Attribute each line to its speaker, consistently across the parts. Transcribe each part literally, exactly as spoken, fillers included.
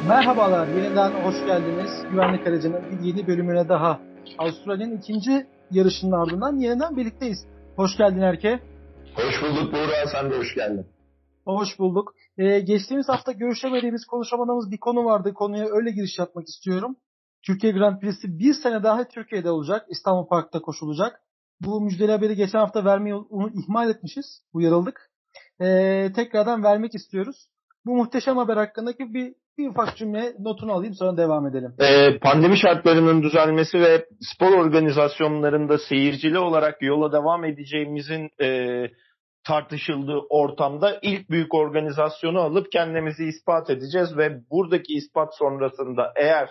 Speaker 1: Merhabalar, yeniden hoş geldiniz. Güvenlik Aracı'nın bir yeni bölümüne daha. Avustralya'nın ikinci yarışının ardından yeniden birlikteyiz. Hoş geldin Erke.
Speaker 2: Hoş bulduk Buğra, sen de hoş geldin.
Speaker 1: Hoş bulduk. Ee, geçtiğimiz hafta görüşemediğimiz, konuşamadığımız bir konu vardı. Konuya öyle giriş yapmak istiyorum. Türkiye Grand Prix'si bir sene daha Türkiye'de olacak. İstanbul Park'ta koşulacak. Bu müjdeli haberi geçen hafta vermeyi onu ihmal etmişiz. Uyarıldık. Ee, tekrardan vermek istiyoruz. Bu muhteşem haber hakkındaki bir, bir ufak cümle notunu alayım, sonra devam edelim.
Speaker 2: Ee, pandemi şartlarının düzelmesi ve spor organizasyonlarında seyircili olarak yola devam edeceğimizin e, tartışıldığı ortamda ilk büyük organizasyonu alıp kendimizi ispat edeceğiz ve buradaki ispat sonrasında eğer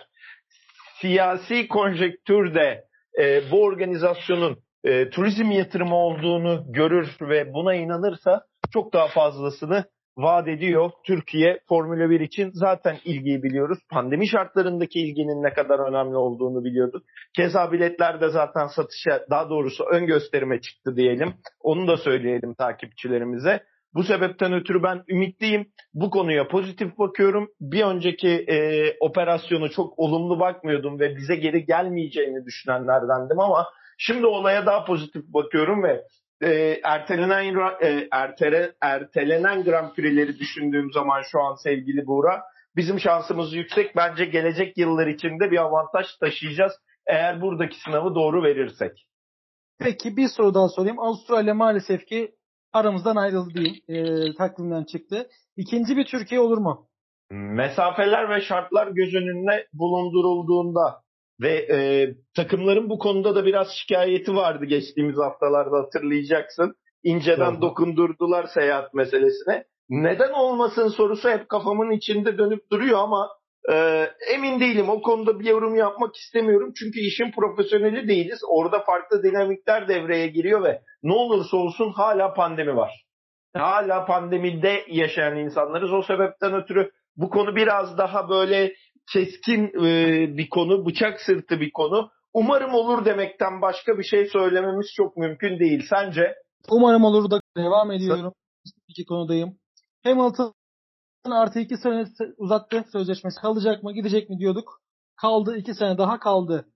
Speaker 2: siyasi konjektürde e, bu organizasyonun e, turizm yatırımı olduğunu görür ve buna inanırsa çok daha fazlasını vaat ediyor. Türkiye Formula bir için zaten ilgiyi biliyoruz. Pandemi şartlarındaki ilginin ne kadar önemli olduğunu biliyorduk. Keza biletler de zaten satışa, daha doğrusu ön gösterime çıktı diyelim. Onu da söyleyelim takipçilerimize. Bu sebepten ötürü ben ümitliyim. Bu konuya pozitif bakıyorum. Bir önceki e, operasyonu çok olumlu bakmıyordum ve bize geri gelmeyeceğini düşünenlerdendim ama şimdi olaya daha pozitif bakıyorum ve e, ertelenen e, ertele, ertelenen Grand Prix'leri düşündüğüm zaman şu an sevgili Buğra, bizim şansımız yüksek. Bence gelecek yıllar içinde bir avantaj taşıyacağız eğer buradaki sınavı doğru verirsek.
Speaker 1: Peki bir soru daha sorayım. Avustralya maalesef ki aramızdan ayrıldı diyeyim. E, takvimden çıktı. İkinci bir Türkiye olur mu?
Speaker 2: Mesafeler ve şartlar göz önünde bulundurulduğunda ve e, takımların bu konuda da biraz şikayeti vardı geçtiğimiz haftalarda, hatırlayacaksın. İnceden
Speaker 1: Doğru.
Speaker 2: dokundurdular seyahat meselesine. Neden olmasın sorusu hep kafamın içinde dönüp duruyor ama e, emin değilim. O konuda bir yorum yapmak istemiyorum. Çünkü işin profesyoneli değiliz. Orada farklı dinamikler devreye giriyor ve ne olursa olsun hala pandemi var. Hala pandemide yaşayan insanlarız. O sebepten ötürü bu konu biraz daha böyle keskin e, bir konu, bıçak sırtı bir konu. Umarım olur demekten başka bir şey söylememiz çok mümkün değil. Sence?
Speaker 1: Umarım olur da devam ediyorum. İki konudayım. Hamilton artı iki sene uzattı sözleşmesi. Kalacak mı, gidecek mi diyorduk. Kaldı, iki sene daha kaldı.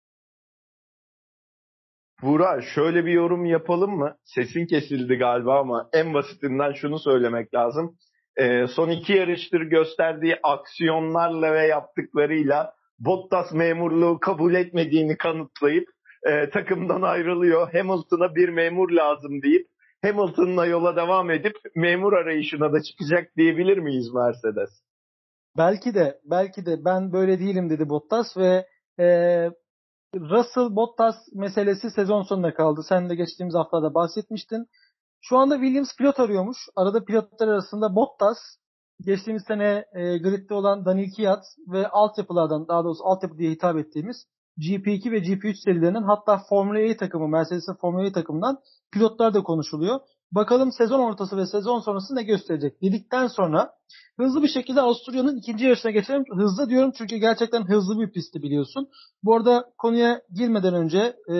Speaker 2: Buğra, şöyle bir yorum yapalım mı? Sesin kesildi galiba ama en basitinden şunu söylemek lazım. Ee, son iki yarıştır gösterdiği aksiyonlarla ve yaptıklarıyla Bottas memurluğu kabul etmediğini kanıtlayıp e, takımdan ayrılıyor. Hamilton'a bir memur lazım deyip Hamilton'la yola devam edip memur arayışına da çıkacak diyebilir miyiz Mercedes?
Speaker 1: Belki de, belki de ben böyle değilim dedi Bottas ve e, Russell Bottas meselesi sezon sonuna kaldı. Sen de geçtiğimiz haftada bahsetmiştin. Şu anda Williams pilot arıyormuş. Arada pilotlar arasında Bottas, geçtiğimiz sene e, gridde olan Daniil Kvyat ve altyapılardan, daha doğrusu altyapı diye hitap ettiğimiz G P iki ve G P üç serilerinin, hatta Formula E takımı, Mercedes'in Formula E takımından pilotlar da konuşuluyor. Bakalım sezon ortası ve sezon sonrası ne gösterecek dedikten sonra hızlı bir şekilde Avusturya'nın ikinci yarışına geçelim. Hızlı diyorum çünkü gerçekten hızlı bir pistti biliyorsun. Bu arada konuya girmeden önce e,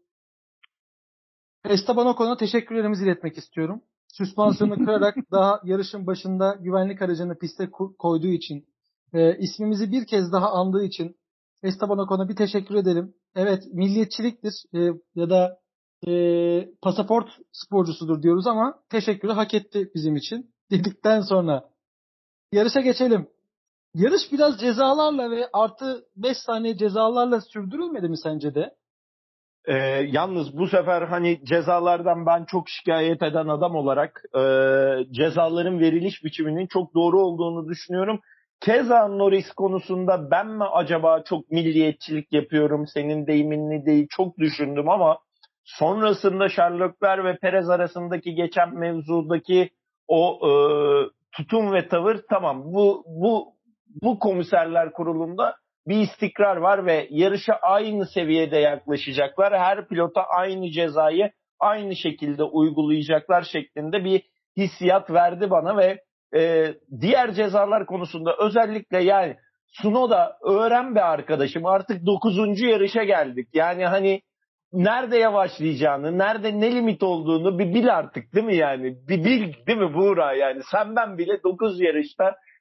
Speaker 1: Esteban Ocon'a teşekkürlerimizi iletmek istiyorum. Süspansiyonu kırarak daha yarışın başında güvenlik aracını piste koyduğu için, e, ismimizi bir kez daha andığı için Esteban Ocon'a bir teşekkür edelim. Evet, milliyetçiliktir e, ya da e, pasaport sporcusudur diyoruz ama teşekkürü hak etti bizim için dedikten sonra yarışa geçelim. Yarış biraz cezalarla ve artı beş saniye cezalarla sürdürülmedi mi sence de?
Speaker 2: Ee, yalnız bu sefer hani cezalardan ben çok şikayet eden adam olarak e, cezaların veriliş biçiminin çok doğru olduğunu düşünüyorum. Keza Norris konusunda ben mi acaba çok milliyetçilik yapıyorum, senin deyiminli değil, çok düşündüm ama sonrasında Sherlockler ve Perez arasındaki geçen mevzudaki o e, tutum ve tavır, tamam, bu bu bu komiserler kurulunda bir istikrar var ve yarışa aynı seviyede yaklaşacaklar. Her pilota aynı cezayı aynı şekilde uygulayacaklar şeklinde bir hissiyat verdi bana ve e, diğer cezalar konusunda özellikle yani Tsunoda, öğren be arkadaşım, artık dokuzuncu yarışa geldik. Yani hani nerede yavaşlayacağını, nerede ne limit olduğunu bir bil artık, değil mi yani? Bir bil, değil mi Buğra? Yani sen ben bile dokuz yarışta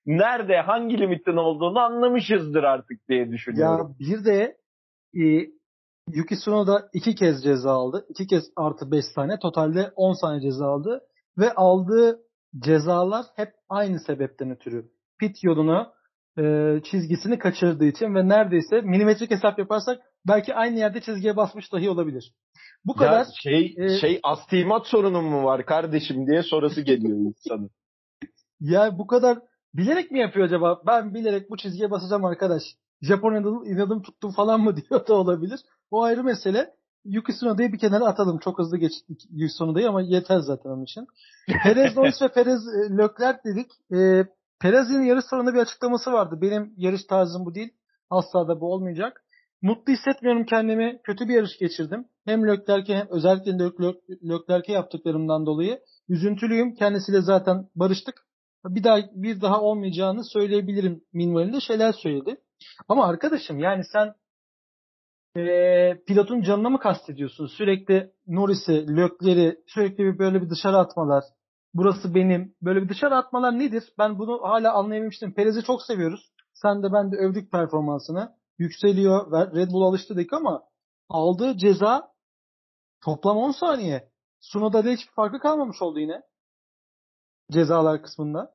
Speaker 2: nerede, hangi limitin olduğunu anlamışızdır artık diye düşünüyorum.
Speaker 1: Ya bir de e, Yuki Tsunoda iki kez ceza aldı. iki kez artı beş saniye. Totalde on saniye ceza aldı. Ve aldığı cezalar hep aynı sebepten ötürü. Pit yolunu e, çizgisini kaçırdığı için ve neredeyse milimetrik hesap yaparsak belki aynı yerde çizgiye basmış dahi olabilir. Bu
Speaker 2: ya
Speaker 1: kadar
Speaker 2: şey
Speaker 1: e,
Speaker 2: şey astimat sorunun mu var kardeşim diye sorası geliyor insanın.
Speaker 1: ya bu kadar bilerek mi yapıyor acaba? Ben bilerek bu çizgiye basacağım arkadaş. Japon inadım, inadım tuttum falan mı diyor da olabilir. O ayrı mesele. Yuki Tsunoda'yı bir kenara atalım. Çok hızlı geçtik Yuki Tsunoda'yı ama yeter zaten onun için. Perez Norris ve Perez e, Leclerc dedik. E, Perez'in yarış sonunda bir açıklaması vardı. Benim yarış tarzım bu değil. Asla da bu olmayacak. Mutlu hissetmiyorum kendimi. Kötü bir yarış geçirdim. Hem Leclerc'e hem özellikle Leclerc- Leclerc'e yaptıklarımdan dolayı üzüntülüyüm. Kendisiyle zaten barıştık. Bir daha bir daha olmayacağını söyleyebilirim minvalinde şeyler söyledi. Ama arkadaşım yani sen e, pilotun canına mı kastediyorsun? Sürekli Norris'i, Leclerc'i sürekli bir böyle bir dışarı atmalar. Burası benim. Böyle bir dışarı atmalar nedir? Ben bunu hala anlayamamıştım. Perez'i çok seviyoruz. Sen de ben de övdük performansını. Yükseliyor ve Red Bull alıştı dedik ama aldığı ceza toplam on saniye. Tsunoda'da hiçbir farkı kalmamış oldu yine cezalar kısmında.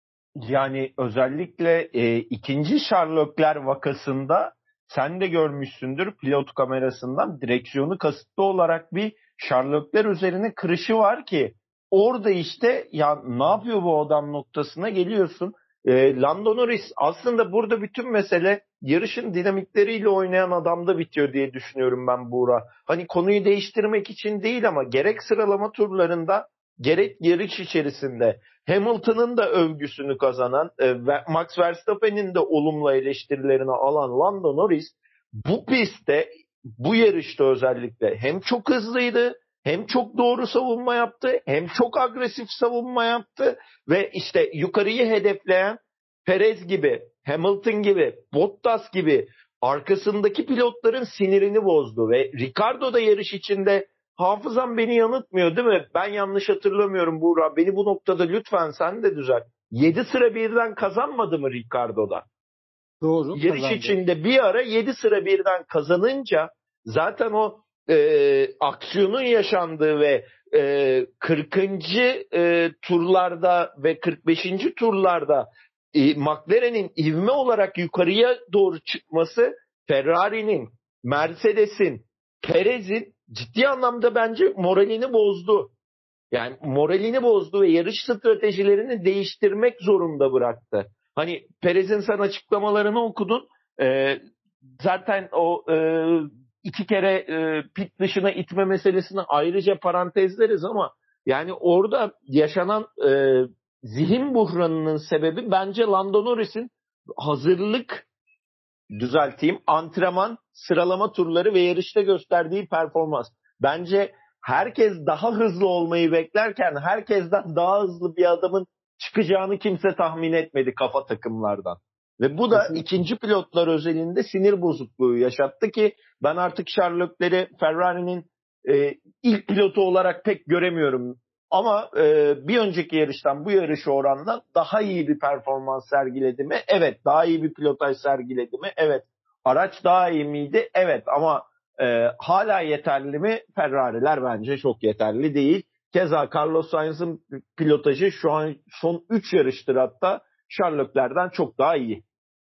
Speaker 2: Yani özellikle e, ikinci Sherlockler vakasında sen de görmüşsündür pilot kamerasından direksiyonu kasıtlı olarak bir Sherlockler üzerine kırışı var ki orada işte ya ne yapıyor bu adam noktasına geliyorsun. E, Lando Norris aslında burada bütün mesele yarışın dinamikleriyle oynayan adamda bitiyor diye düşünüyorum ben Buğra. Hani konuyu değiştirmek için değil ama gerek sıralama turlarında gerek yarış içerisinde Hamilton'ın da övgüsünü kazanan, e, Max Verstappen'in de olumlu eleştirilerini alan Lando Norris bu pistte, bu yarışta özellikle hem çok hızlıydı, hem çok doğru savunma yaptı, hem çok agresif savunma yaptı ve işte yukarıyı hedefleyen Perez gibi, Hamilton gibi, Bottas gibi arkasındaki pilotların sinirini bozdu ve Ricardo da yarış içinde hafızam beni yanıltmıyor değil mi? Ben yanlış hatırlamıyorum Buğra. Beni bu noktada lütfen sen de düzelt. yedi sıra birden kazanmadı mı Ricardo'da?
Speaker 1: Doğru
Speaker 2: Yarış
Speaker 1: kazandı.
Speaker 2: içinde bir ara yedi sıra birden kazanınca zaten o e, aksiyonun yaşandığı ve e, kırkıncı E, turlarda ve kırk beşinci turlarda e, McLaren'in ivme olarak yukarıya doğru çıkması Ferrari'nin, Mercedes'in, Perez'in ciddi anlamda bence moralini bozdu. Yani moralini bozdu ve yarış stratejilerini değiştirmek zorunda bıraktı. Hani Perez'in sen açıklamalarını okudun. Ee, zaten o e, iki kere e, pit dışına itme meselesini ayrıca parantezleriz ama yani orada yaşanan e, zihin buhranının sebebi bence Lando Norris'in hazırlık düzelteyim, antrenman, sıralama turları ve yarışta gösterdiği performans. Bence herkes daha hızlı olmayı beklerken herkesten daha hızlı bir adamın çıkacağını kimse tahmin etmedi kafa takımlardan. Ve bu da
Speaker 1: Kesinlikle.
Speaker 2: ikinci pilotlar özelinde sinir bozukluğu yaşattı ki ben artık Sherlock'leri Ferrari'nin e, ilk pilotu olarak pek göremiyorum. Ama e, bir önceki yarıştan bu yarışa oranla daha iyi bir performans sergiledi mi? Evet. Daha iyi bir pilotaj sergiledi mi? Evet. Araç daha iyi miydi? Evet. Ama e, hala yeterli mi? Ferrari'ler bence çok yeterli değil. Keza Carlos Sainz'ın pilotajı şu an son üç yarıştır hatta Sherlock'lerden çok daha iyi.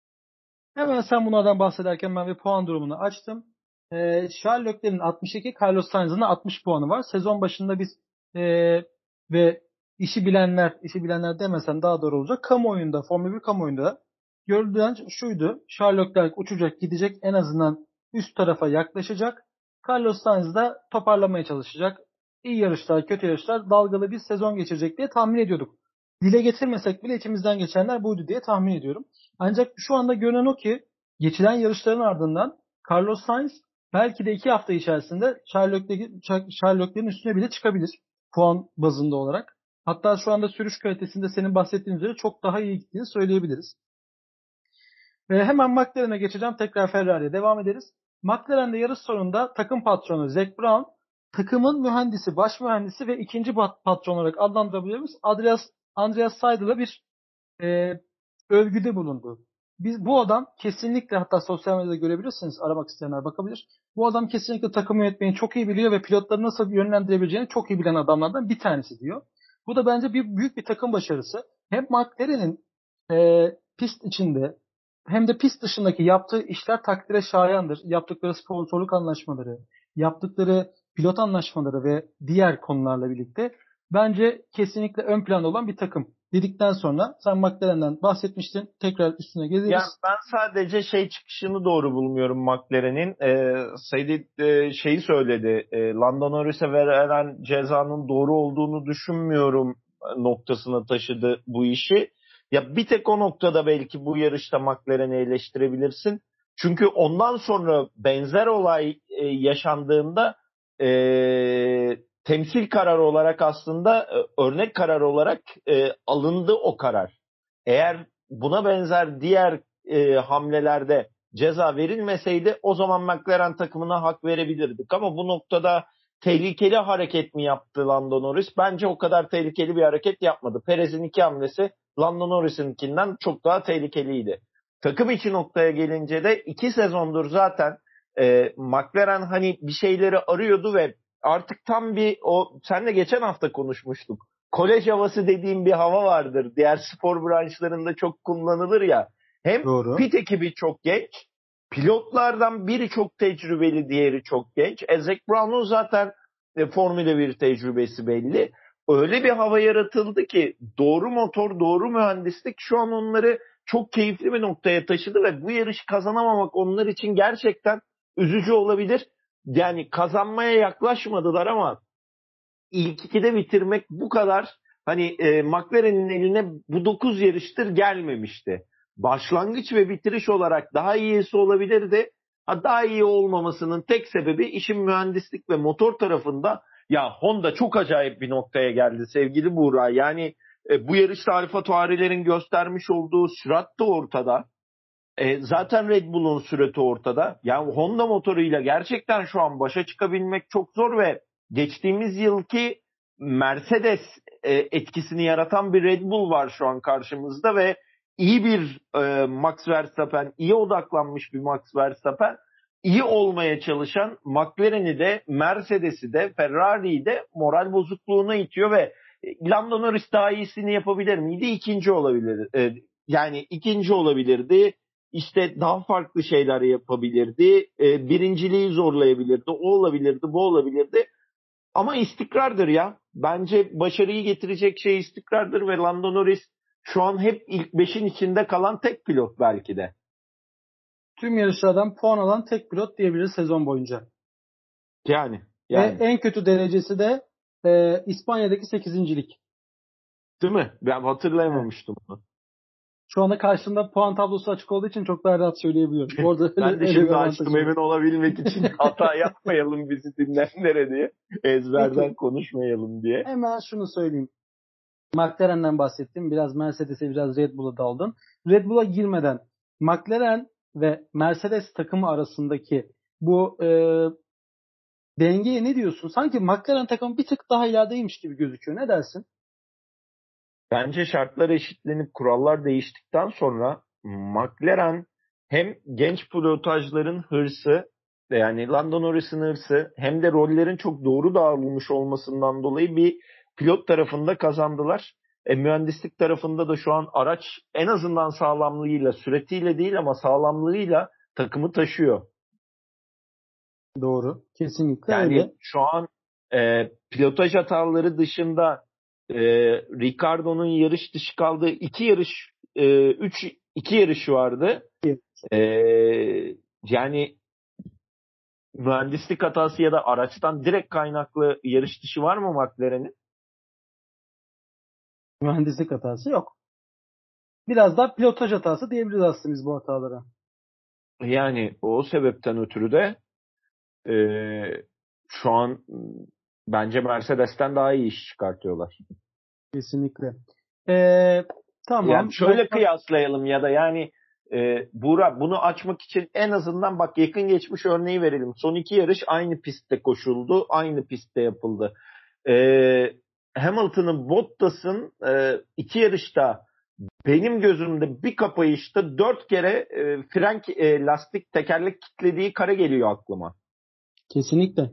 Speaker 1: Hemen sen bunlardan bahsederken ben bir puan durumunu açtım. Ee, Sherlock'lerin altmış iki, Carlos Sainz'ın altmış puanı var. Sezon başında biz e, ve işi bilenler, işi bilenler demesem daha doğru olacak. Kamuoyunda, Formula bir kamuoyunda görülen şuydu. Sherlock'ler uçacak, gidecek, en azından üst tarafa yaklaşacak. Carlos Sainz da toparlamaya çalışacak. İyi yarışlar, kötü yarışlar, dalgalı bir sezon geçirecek diye tahmin ediyorduk. Dile getirmesek bile içimizden geçenler buydu diye tahmin ediyorum. Ancak şu anda görünen o ki geçilen yarışların ardından Carlos Sainz belki de iki hafta içerisinde Sherlock'lerin üstüne bile çıkabilir puan bazında olarak. Hatta şu anda sürüş kalitesinde senin bahsettiğin üzere çok daha iyi gittiğini söyleyebiliriz. Ve hemen McLaren'e geçeceğim. Tekrar Ferrari'ye devam ederiz. McLaren'de yarış sonunda takım patronu Zac Brown, takımın mühendisi, baş mühendisi ve ikinci patron olarak adlandırabiliriz. Andreas, Andreas Seidel'a bir e, övgüde bulundu. Biz bu adam kesinlikle, hatta sosyal medyada görebilirsiniz, aramak isteyenler bakabilir. Bu adam kesinlikle takım yönetmeyi çok iyi biliyor ve pilotları nasıl yönlendirebileceğini çok iyi bilen adamlardan bir tanesi diyor. Bu da bence bir büyük bir takım başarısı. Hem McLaren'in e, pist içinde hem de pist dışındaki yaptığı işler takdire şayandır. Yaptıkları sponsorluk anlaşmaları, yaptıkları pilot anlaşmaları ve diğer konularla birlikte bence kesinlikle ön planda olan bir takım dedikten sonra sen McLaren'den bahsetmiştin. Tekrar üstüne geliriz.
Speaker 2: Yani ben sadece şey çıkışını doğru bulmuyorum McLaren'in. Ee, Seydi e, şeyi söyledi. E, Lando Norris'e verilen cezanın doğru olduğunu düşünmüyorum noktasına taşıdı bu işi. Ya bir tek o noktada belki bu yarışta McLaren'i eleştirebilirsin. Çünkü ondan sonra benzer olay e, yaşandığında e, temsil kararı olarak aslında e, örnek karar olarak e, alındı o karar. Eğer buna benzer diğer e, hamlelerde ceza verilmeseydi o zaman McLaren takımına hak verebilirdik. Ama bu noktada tehlikeli hareket mi yaptı Lando Norris? Bence o kadar tehlikeli bir hareket yapmadı. Perez'in iki hamlesi Lando Norris'inkinden çok daha tehlikeliydi. Takım içi noktaya gelince de iki sezondur zaten e, McLaren hani bir şeyleri arıyordu ve artık tam bir o senle geçen hafta konuşmuştuk. Kolej havası dediğim bir hava vardır. Diğer spor branşlarında çok kullanılır ya. Hem
Speaker 1: Doğru.
Speaker 2: pit ekibi çok genç, pilotlardan biri çok tecrübeli, diğeri çok genç. E, Zac Brown'un zaten e, Formula bir tecrübesi belli. Öyle bir hava yaratıldı ki doğru motor, doğru mühendislik şu an onları çok keyifli bir noktaya taşıdı ve bu yarışı kazanamamak onlar için gerçekten üzücü olabilir. Yani kazanmaya yaklaşmadılar ama ilk ikide bitirmek bu kadar hani e, McLaren'in eline bu dokuz yarıştır gelmemişti. Başlangıç ve bitiriş olarak daha iyisi olabilirdi. Ha, daha iyi olmamasının tek sebebi işin mühendislik ve motor tarafında. Ya Honda çok acayip bir noktaya geldi sevgili Buğra. Yani e, bu yarışta Alfa Tauri'lerin göstermiş olduğu sürat de ortada. E, zaten Red Bull'un sürati ortada. Yani Honda motoruyla gerçekten şu an başa çıkabilmek çok zor ve geçtiğimiz yılki Mercedes e, etkisini yaratan bir Red Bull var şu an karşımızda ve iyi bir e, Max Verstappen, iyi odaklanmış bir Max Verstappen, iyi olmaya çalışan McLaren'i de, Mercedes'i de, Ferrari'yi de moral bozukluğuna itiyor ve Lando Norris daha iyisini yapabilir miydi? İkinci olabilir. E, yani ikinci olabilirdi. İşte daha farklı şeyler yapabilirdi. E, birinciliği zorlayabilirdi. O olabilirdi, bu olabilirdi. Ama istikrardır ya. Bence başarıyı getirecek şey istikrardır ve Lando Norris şu an hep ilk beşin içinde kalan tek pilot belki de.
Speaker 1: Tüm yarışlardan puan alan tek pilot diyebiliriz sezon boyunca.
Speaker 2: Yani. yani.
Speaker 1: Ve en kötü derecesi de e, İspanya'daki sekizincilik.
Speaker 2: Değil mi? Ben hatırlayamamıştım bunu. Evet.
Speaker 1: Şu anda karşımda puan tablosu açık olduğu için çok daha rahat söyleyebiliyorum. Orada
Speaker 2: ben de şimdi açtım emin olabilmek için hata yapmayalım bizi dinleyenlere diye. Ezberden Peki. konuşmayalım diye.
Speaker 1: Hemen şunu söyleyeyim. McLaren'den bahsettim. Biraz Mercedes'e, biraz Red Bull'a daldın. Red Bull'a girmeden McLaren ve Mercedes takımı arasındaki bu e, dengeye ne diyorsun? Sanki McLaren takımı bir tık daha ilerideymiş gibi gözüküyor. Ne dersin?
Speaker 2: Bence şartlar eşitlenip kurallar değiştikten sonra McLaren hem genç pilotajların hırsı, yani Lando Norris'in hırsı, hem de rollerin çok doğru dağılmış olmasından dolayı bir pilot tarafında kazandılar. E, mühendislik tarafında da şu an araç en azından sağlamlığıyla, süratiyle değil ama sağlamlığıyla takımı taşıyor.
Speaker 1: Doğru. Kesinlikle
Speaker 2: yani
Speaker 1: öyle.
Speaker 2: Şu an e, pilotaj hataları dışında e, Ricardo'nun yarış dışı kaldığı iki yarış, e, üç iki yarışı vardı. E, yani mühendislik hatası ya da araçtan direkt kaynaklı yarış dışı var mı McLaren'in?
Speaker 1: Mühendislik hatası yok. Biraz daha pilotaj hatası diyebiliriz aslında biz bu hatalara.
Speaker 2: Yani o sebepten ötürü de e, şu an bence Mercedes'ten daha iyi iş çıkartıyorlar.
Speaker 1: Kesinlikle. Ee, tamam.
Speaker 2: Yani şöyle kıyaslayalım ya da yani e, Buğra bunu açmak için en azından bak yakın geçmiş örneği verelim. Son iki yarış aynı pistte koşuldu, aynı pistte yapıldı. E, Hamilton'ın, Bottas'ın e, iki yarışta benim gözümde bir kapayışta dört kere e, fren e, lastik tekerlek kilitlediği kare geliyor aklıma.
Speaker 1: Kesinlikle.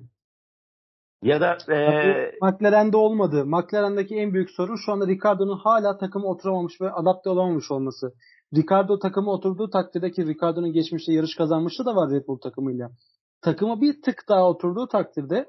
Speaker 2: Ya da e...
Speaker 1: McLaren'de olmadı. McLaren'deki en büyük sorun şu anda Ricardo'nun hala takıma oturamamış ve adapte olamamış olması. Ricardo takıma oturduğu takdirde, ki Ricardo'nun geçmişte yarış kazanmışlığı da var Red Bull takımıyla. Takıma bir tık daha oturduğu takdirde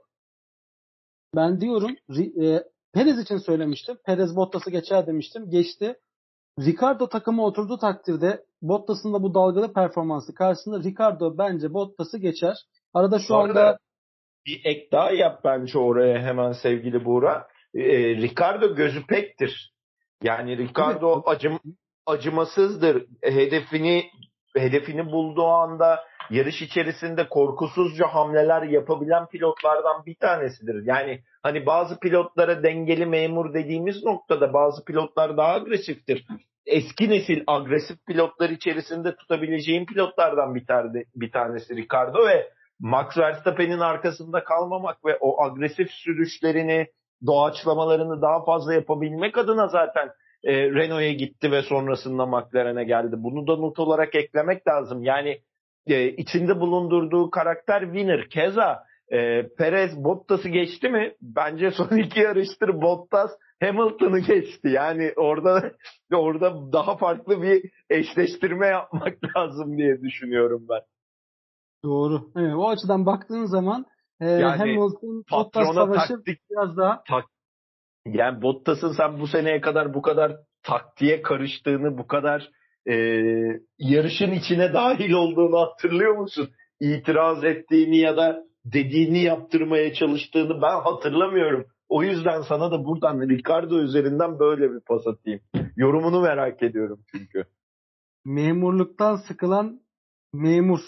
Speaker 1: ben diyorum e, Perez için söylemiştim. Perez Bottas'ı geçer demiştim. Geçti. Ricardo takıma oturduğu takdirde Bottas'ın da bu dalgalı performansı karşısında Ricardo bence Bottas'ı geçer. Arada şu
Speaker 2: Orada
Speaker 1: anda
Speaker 2: bir ek daha yap bence oraya hemen sevgili Buğra. E, Ricardo gözü pektir. Yani Ricardo evet. acım, acımasızdır. Hedefini hedefini bulduğu anda yarış içerisinde korkusuzca hamleler yapabilen pilotlardan bir tanesidir. Yani hani bazı pilotlara dengeli memur dediğimiz noktada bazı pilotlar daha agresiftir. Eski nesil agresif pilotlar içerisinde tutabileceğim pilotlardan bir, tane, bir tanesi Ricardo ve Max Verstappen'in arkasında kalmamak ve o agresif sürüşlerini, doğaçlamalarını daha fazla yapabilmek adına zaten e, Renault'a gitti ve sonrasında McLaren'e geldi. Bunu da not olarak eklemek lazım. Yani e, içinde bulundurduğu karakter winner. Keza e, Perez Bottas'ı geçti mi? Bence son iki yarıştır Bottas Hamilton'ı geçti. Yani orada orada daha farklı bir eşleştirme yapmak lazım diye düşünüyorum ben.
Speaker 1: Doğru. Evet, o açıdan baktığın zaman e, yani Hamilton Bottas savaşı taktik, biraz daha
Speaker 2: tak, yani Bottas'ın sen bu seneye kadar bu kadar taktiğe karıştığını, bu kadar e, yarışın içine dahil olduğunu hatırlıyor musun? İtiraz ettiğini ya da dediğini yaptırmaya çalıştığını ben hatırlamıyorum. O yüzden sana da buradan Ricardo üzerinden böyle bir pas atayım. Yorumunu merak ediyorum çünkü.
Speaker 1: Memurluktan sıkılan memur.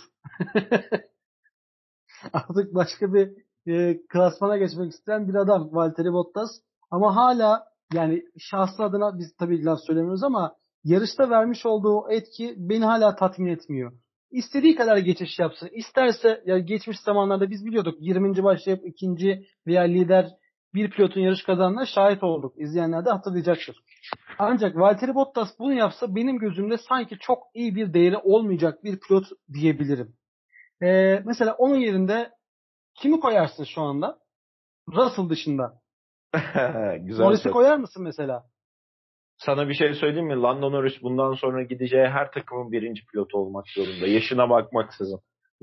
Speaker 1: Artık başka bir e, klasmana geçmek isteyen bir adam Valtteri Bottas. Ama hala yani şahsı adına biz tabii laf söylemiyoruz ama yarışta vermiş olduğu etki beni hala tatmin etmiyor. İstediği kadar geçiş yapsın. İsterse ya geçmiş zamanlarda biz biliyorduk yirminci başlayıp ikinci veya lider bir pilotun yarış kazandığına şahit olduk. İzleyenler de hatırlayacaktır. Ancak Valtteri Bottas bunu yapsa benim gözümde sanki çok iyi bir değeri olmayacak bir pilot diyebilirim. Ee, mesela onun yerinde kimi koyarsın şu anda? Russell dışında. Norris'i koyar mısın mesela?
Speaker 2: Sana bir şey söyleyeyim mi? Lando Norris bundan sonra gideceği her takımın birinci pilotu olmak zorunda. Yaşına bakmaksızın.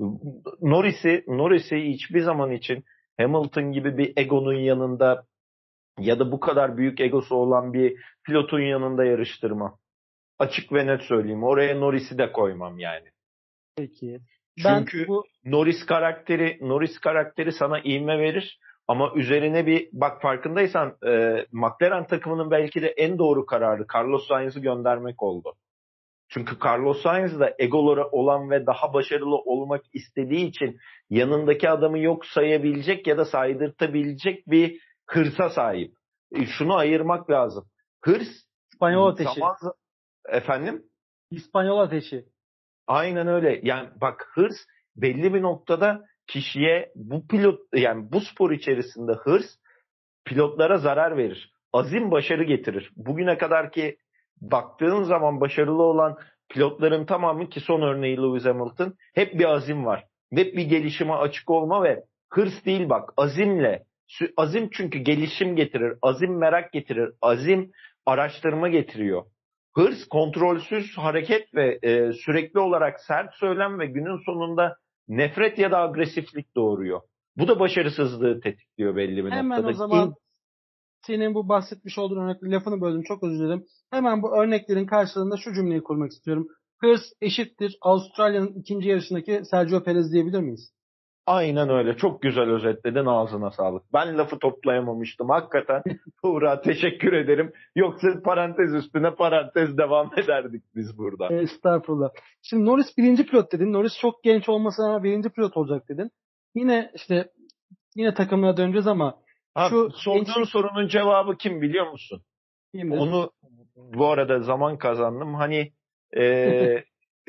Speaker 2: Norris'i Norris'i hiçbir zaman için Hamilton gibi bir egonun yanında ya da bu kadar büyük egosu olan bir pilotun yanında yarıştırmam. Açık ve net söyleyeyim. Oraya Norris'i de koymam yani.
Speaker 1: Peki.
Speaker 2: Çünkü ben bu... Norris karakteri Norris karakteri sana ivme verir. Ama üzerine bir bak farkındaysan e, McLaren takımının belki de en doğru kararı Carlos Sainz'ı göndermek oldu. Çünkü Carlos Sainz da egoları olan ve daha başarılı olmak istediği için yanındaki adamı yok sayabilecek ya da saydırtabilecek bir hırsa sahip. E, şunu ayırmak lazım. Hırs
Speaker 1: İspanyol ateşi. Zaman...
Speaker 2: Efendim?
Speaker 1: İspanyol ateşi.
Speaker 2: Aynen öyle. Yani bak hırs belli bir noktada kişiye bu pilot yani bu spor içerisinde hırs pilotlara zarar verir. Azim başarı getirir. Bugüne kadar ki baktığın zaman başarılı olan pilotların tamamı ki son örneği Lewis Hamilton hep bir azim var. Hep bir gelişime açık olma ve hırs değil bak azimle. Azim çünkü gelişim getirir. Azim merak getirir. Azim araştırma getiriyor. Hırs kontrolsüz hareket ve e, sürekli olarak sert söylem ve günün sonunda nefret ya da agresiflik doğuruyor. Bu da başarısızlığı tetikliyor belli bir
Speaker 1: Hemen
Speaker 2: noktada.
Speaker 1: Hemen o zaman senin bu bahsetmiş olduğun örnekleri lafını böldüm çok özür dilerim. Hemen bu örneklerin karşılığında şu cümleyi kurmak istiyorum. Hırs eşittir Avustralya'nın ikinci yarışındaki Sergio Perez diyebilir miyiz?
Speaker 2: Aynen öyle. Çok güzel özetledin. Ağzına sağlık. Ben lafı toplayamamıştım. Hakikaten Tuğra teşekkür ederim. Yoksa parantez üstüne parantez devam ederdik biz burada.
Speaker 1: Estağfurullah. Şimdi Norris birinci pilot dedin. Norris çok genç olmasına birinci pilot olacak dedin. Yine işte yine takımına döneceğiz ama
Speaker 2: ha, şu sorduğun genç... sorunun cevabı kim biliyor musun? Kimdir? Onu bu arada zaman kazandım. Hani ee,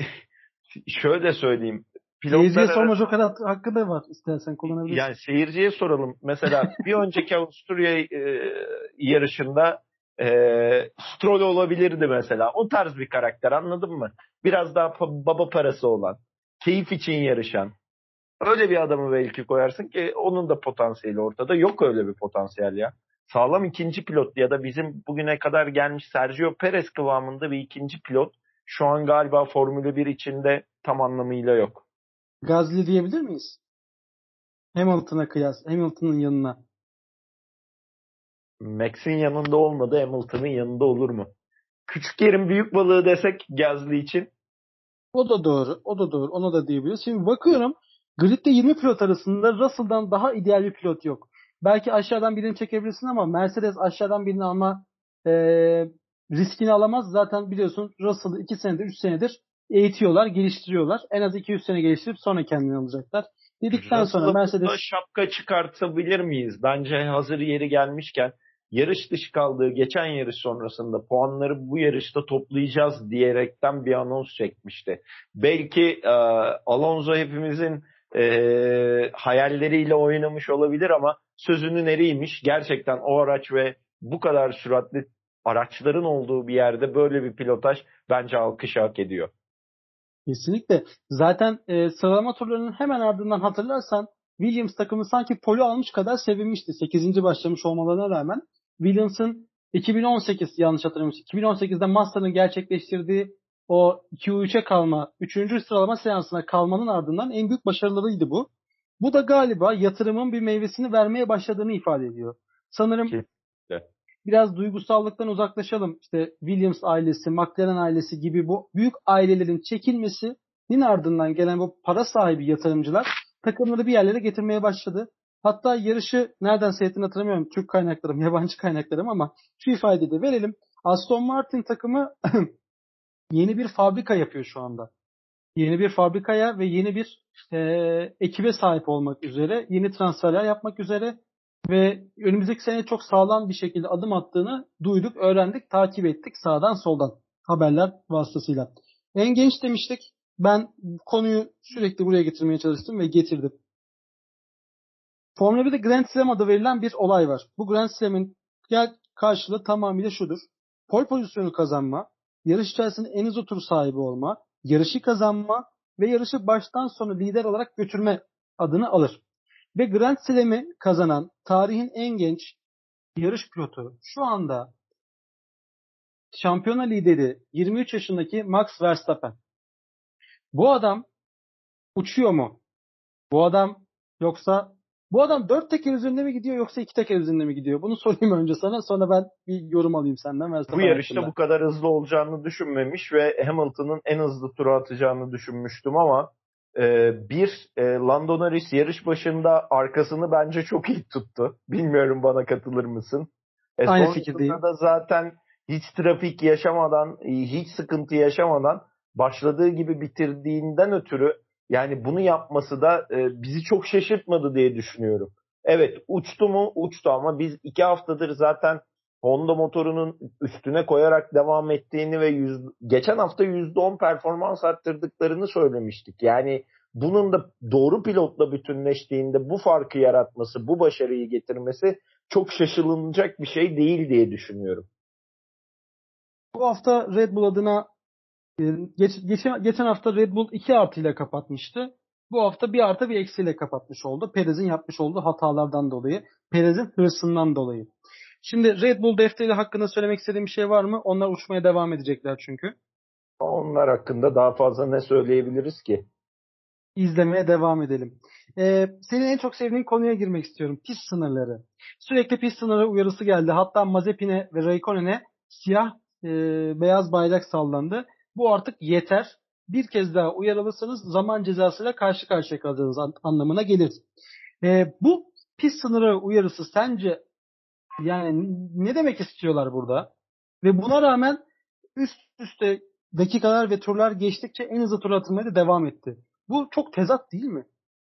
Speaker 2: şöyle söyleyeyim.
Speaker 1: Seyirciye sorma joker hakkı da var istersen kullanabilirsin.
Speaker 2: Yani seyirciye soralım. Mesela bir önceki Avusturya e, yarışında Ee, Stroll olabilirdi mesela. O tarz bir karakter, anladın mı? Biraz daha pa- baba parası olan, keyif için yarışan. Öyle bir adamı belki koyarsın ki onun da potansiyeli ortada. Yok öyle bir potansiyel ya. Sağlam ikinci pilot ya da bizim bugüne kadar gelmiş Sergio Perez kıvamında bir ikinci pilot şu an galiba Formula bir içinde tam anlamıyla yok.
Speaker 1: Gasly diyebilir miyiz? Hamilton'a kıyas. Hamilton'ın yanına.
Speaker 2: Max'in yanında olmadı, Hamilton'ın yanında olur mu? Küçük yerin büyük balığı desek Gasly için.
Speaker 1: O da doğru. O da doğru. Ona da diyebiliriz. Şimdi bakıyorum. Grid'de yirmi pilot arasında Russell'dan daha ideal bir pilot yok. Belki aşağıdan birini çekebilirsin ama Mercedes aşağıdan birini alma e, riskini alamaz. Zaten biliyorsun Russell'ı iki senedir, üç senedir eğitiyorlar, geliştiriyorlar. En az iki yüz sene geliştirip sonra kendini alacaklar. Dedikten sonra Mercedes...
Speaker 2: Russell'a şapka çıkartabilir miyiz? Bence hazır yeri gelmişken yarış dışı kaldığı geçen yarış sonrasında puanları bu yarışta toplayacağız diyerekten bir anons çekmişti. Belki e, Alonso hepimizin e, hayalleriyle oynamış olabilir ama sözünün eriymiş. Gerçekten o araç ve bu kadar süratli araçların olduğu bir yerde böyle bir pilotaj bence alkış hak ediyor.
Speaker 1: Kesinlikle. Zaten e, sıralama turlarının hemen ardından hatırlarsan Williams takımı sanki pole almış kadar sevinmişti. sekizinci başlamış olmalarına rağmen Williams'ın iki bin on sekiz yanlış hatırlamıyorsam iki bin on sekizde Master'ın gerçekleştirdiği o iki üçe kalma, üçüncü sıralama seansına kalmanın ardından en büyük başarılarıydı bu. Bu da galiba yatırımın bir meyvesini vermeye başladığını ifade ediyor. Sanırım
Speaker 2: Kesinlikle.
Speaker 1: biraz duygusallıktan uzaklaşalım. İşte Williams ailesi, McLaren ailesi gibi bu büyük ailelerin çekilmesinin ardından gelen bu para sahibi yatırımcılar takımları bir yerlere getirmeye başladı. Hatta yarışı nereden seyrettiğini hatırlamıyorum. Türk kaynaklarım, yabancı kaynaklarım ama şu ifadeyi de verelim. Aston Martin takımı yeni bir fabrika yapıyor şu anda. Yeni bir fabrikaya ve yeni bir e, ekibe sahip olmak üzere, yeni transferler yapmak üzere ve önümüzdeki sene çok sağlam bir şekilde adım attığını duyduk, öğrendik, takip ettik sağdan soldan haberler vasıtasıyla. En genç demiştik. Ben konuyu sürekli buraya getirmeye çalıştım ve getirdim. Formula birde Grand Slam adı verilen bir olay var. Bu Grand Slam'in gel karşılığı tamamıyla şudur. Pole pozisyonu kazanma, yarış içerisinde en hızlı tur sahibi olma, yarışı kazanma ve yarışı baştan sona lider olarak götürme adını alır. Ve Grand Slam'i kazanan tarihin en genç yarış pilotu şu anda şampiyona lideri yirmi üç yaşındaki Max Verstappen. Bu adam uçuyor mu? Bu adam yoksa bu adam dört teker üzerinde mi gidiyor yoksa iki teker üzerinde mi gidiyor? Bunu sorayım önce sana. Sonra ben bir yorum alayım senden. Verstappen
Speaker 2: Bu yarışta
Speaker 1: hakkında.
Speaker 2: bu kadar hızlı olacağını düşünmemiş ve Hamilton'ın en hızlı turu atacağını düşünmüştüm ama e, bir e, Lando Norris yarış başında arkasını bence çok iyi tuttu. Bilmiyorum, bana katılır mısın? E,
Speaker 1: Aynı fikirdeyim.
Speaker 2: sonrasında da zaten hiç trafik yaşamadan, hiç sıkıntı yaşamadan başladığı gibi bitirdiğinden ötürü yani bunu yapması da e, bizi çok şaşırtmadı diye düşünüyorum. Evet, uçtu mu? Uçtu ama biz iki haftadır zaten Honda motorunun üstüne koyarak devam ettiğini ve yüz, geçen hafta yüzde on performans arttırdıklarını söylemiştik. Yani bunun da doğru pilotla bütünleştiğinde bu farkı yaratması, bu başarıyı getirmesi çok şaşılınacak bir şey değil diye düşünüyorum.
Speaker 1: Bu hafta Red Bull adına geç, geçen, geçen hafta Red Bull iki artı ile kapatmıştı. Bu hafta bir artı bir eksiyle kapatmış oldu. Perez'in yapmış olduğu hatalardan dolayı. Perez'in hırsından dolayı. Şimdi Red Bull defteri hakkında söylemek istediğim bir şey var mı? Onlar uçmaya devam edecekler çünkü.
Speaker 2: Onlar hakkında daha fazla ne söyleyebiliriz ki?
Speaker 1: İzlemeye devam edelim. Ee, senin en çok sevdiğin konuya girmek istiyorum. Pist sınırları. Sürekli pist sınırı uyarısı geldi. Hatta Mazepin'e ve Raikkonen'e siyah e, beyaz bayrak sallandı. Bu artık yeter. Bir kez daha uyarılırsanız zaman cezasıyla karşı karşıya kalacağınız an- anlamına gelir. Ee, bu pist sınırı uyarısı sence yani ne demek istiyorlar burada? Ve buna rağmen üst üste dakikalar ve turlar geçtikçe en hızlı tur atılmaya da devam etti. Bu çok tezat değil mi?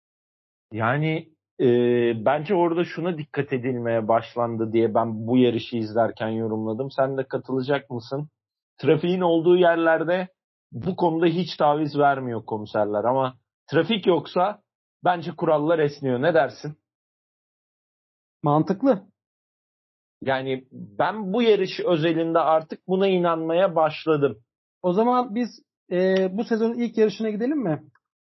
Speaker 2: Yani e, bence orada şuna dikkat edilmeye başlandı diye ben bu yarışı izlerken yorumladım. Sen de katılacak mısın? Trafiğin olduğu yerlerde bu konuda hiç taviz vermiyor komiserler ama trafik yoksa bence kurallar esniyor. Ne dersin?
Speaker 1: Mantıklı.
Speaker 2: Yani ben bu yarış özelinde artık buna inanmaya başladım.
Speaker 1: O zaman biz e, bu sezonun ilk yarışına gidelim mi?